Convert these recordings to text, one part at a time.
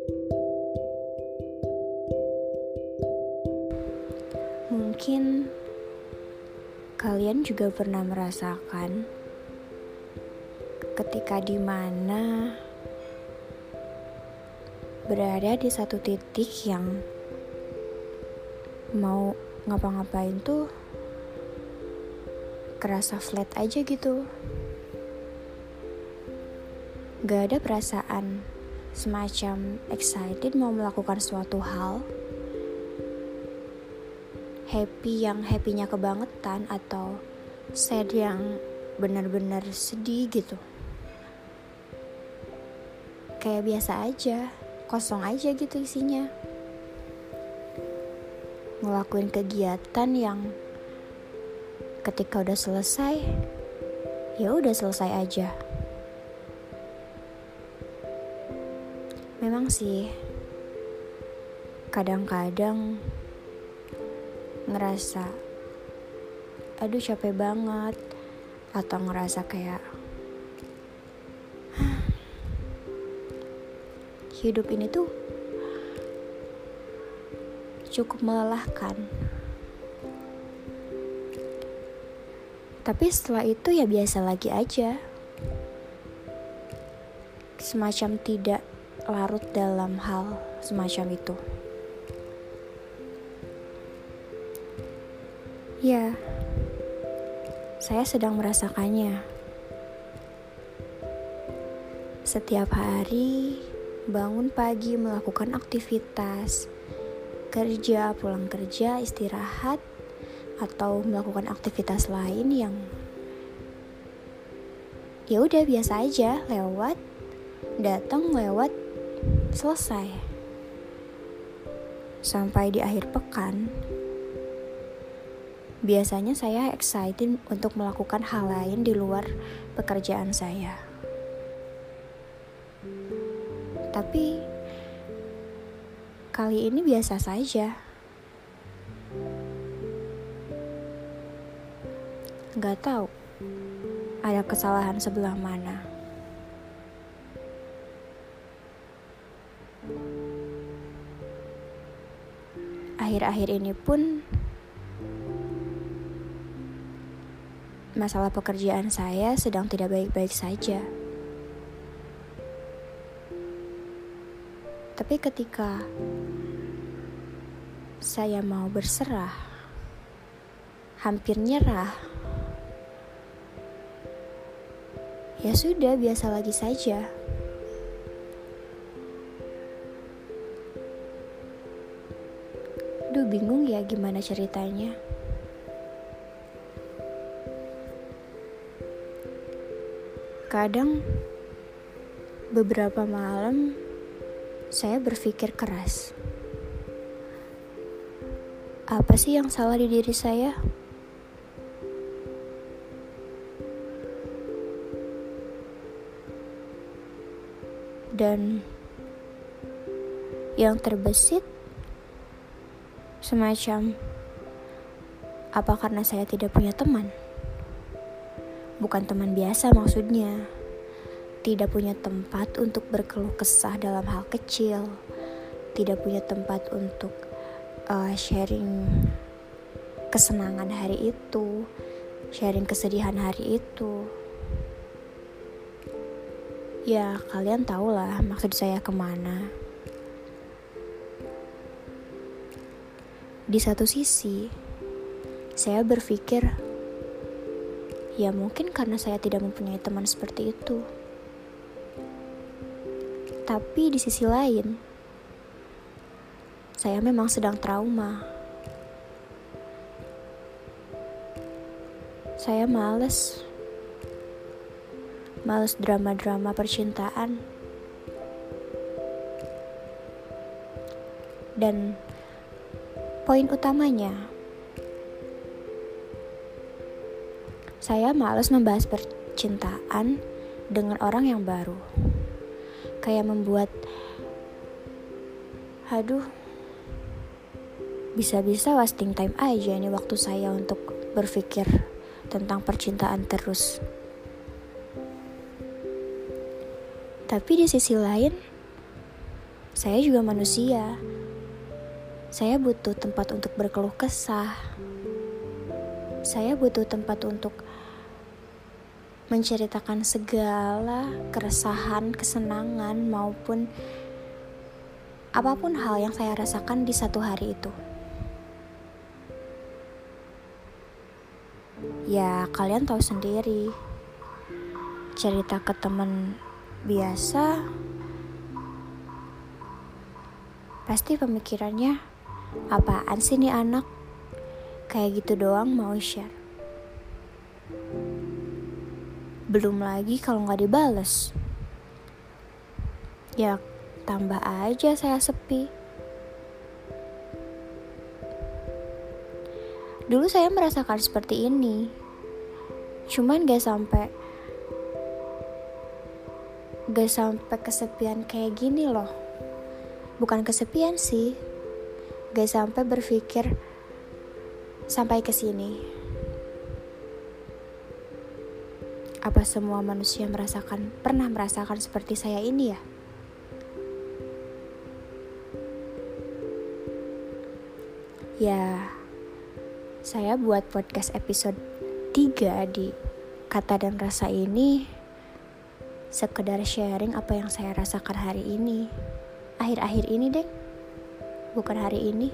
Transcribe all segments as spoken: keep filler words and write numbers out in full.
Mungkin kalian juga pernah merasakan ketika di mana berada di satu titik yang mau ngapa-ngapain tuh kerasa flat aja gitu. Gak ada perasaan semacam excited mau melakukan suatu hal, happy yang happynya kebangetan, atau sad yang benar-benar sedih gitu. Kayak biasa aja, kosong aja gitu isinya. Ngelakuin kegiatan yang ketika udah selesai, ya udah selesai aja. Memang sih, kadang-kadang ngerasa aduh capek banget, atau ngerasa kayak hidup ini tuh cukup melelahkan. Tapi setelah itu ya biasa lagi aja, semacam tidak larut dalam hal semacam itu. Ya, saya sedang merasakannya. Setiap hari bangun pagi melakukan aktivitas, kerja, pulang kerja, istirahat, atau melakukan aktivitas lain yang ya udah biasa aja, lewat, datang, lewat, selesai. Sampai di akhir pekan, biasanya saya excited untuk melakukan hal lain di luar pekerjaan saya. Tapi kali ini biasa saja. Gak tahu ada kesalahan sebelah mana. Akhir-akhir ini pun masalah pekerjaan saya sedang tidak baik-baik saja. Tapi ketika saya mau berserah, hampir nyerah, ya sudah, biasa lagi saja. Duh, bingung ya gimana ceritanya. Kadang beberapa malam saya berpikir keras. Apa sih yang salah di diri saya? Dan yang terbesit semacam, apa karena saya tidak punya teman? Bukan teman biasa maksudnya. Tidak punya tempat untuk berkeluh kesah dalam hal kecil. Tidak punya tempat untuk uh, sharing kesenangan hari itu, sharing kesedihan hari itu. Ya, kalian tahulah maksud saya kemana. Di satu sisi, saya berpikir, ya mungkin karena saya tidak mempunyai teman seperti itu. Tapi di sisi lain, saya memang sedang trauma. Saya males. Males drama-drama percintaan. Dan poin utamanya, saya malas membahas percintaan dengan orang yang baru. Kayak membuat, aduh, bisa-bisa wasting time aja ini waktu saya untuk berpikir tentang percintaan terus. Tapi di sisi lain, saya juga manusia. Saya butuh tempat untuk berkeluh kesah. Saya butuh tempat untuk menceritakan segala keresahan, kesenangan, maupun apapun hal yang saya rasakan di satu hari itu. Ya, kalian tahu sendiri, cerita ke teman biasa pasti pemikirannya, apaan sih nih anak, kayak gitu doang mau share. Belum lagi kalau gak dibales, ya tambah aja saya sepi. Dulu saya merasakan seperti ini, cuman gak sampai Gak sampai kesepian kayak gini loh. Bukan kesepian sih, gak sampai berpikir sampai ke sini. Apa semua manusia merasakan pernah merasakan seperti saya ini ya? Ya, saya buat podcast episode tiga di Kata dan Rasa ini sekedar sharing apa yang saya rasakan hari ini. Akhir-akhir ini deh, bukan hari ini.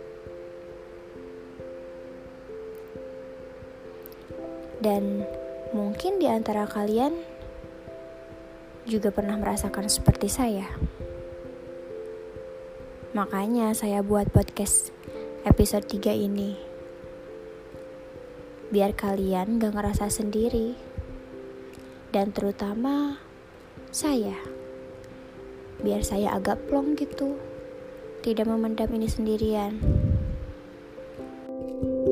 Dan mungkin di antara kalian juga pernah merasakan seperti saya. Makanya saya buat podcast episode tiga ini, biar kalian gak ngerasa sendiri. Dan terutama saya, biar saya agak plong gitu, tidak memendam ini sendirian.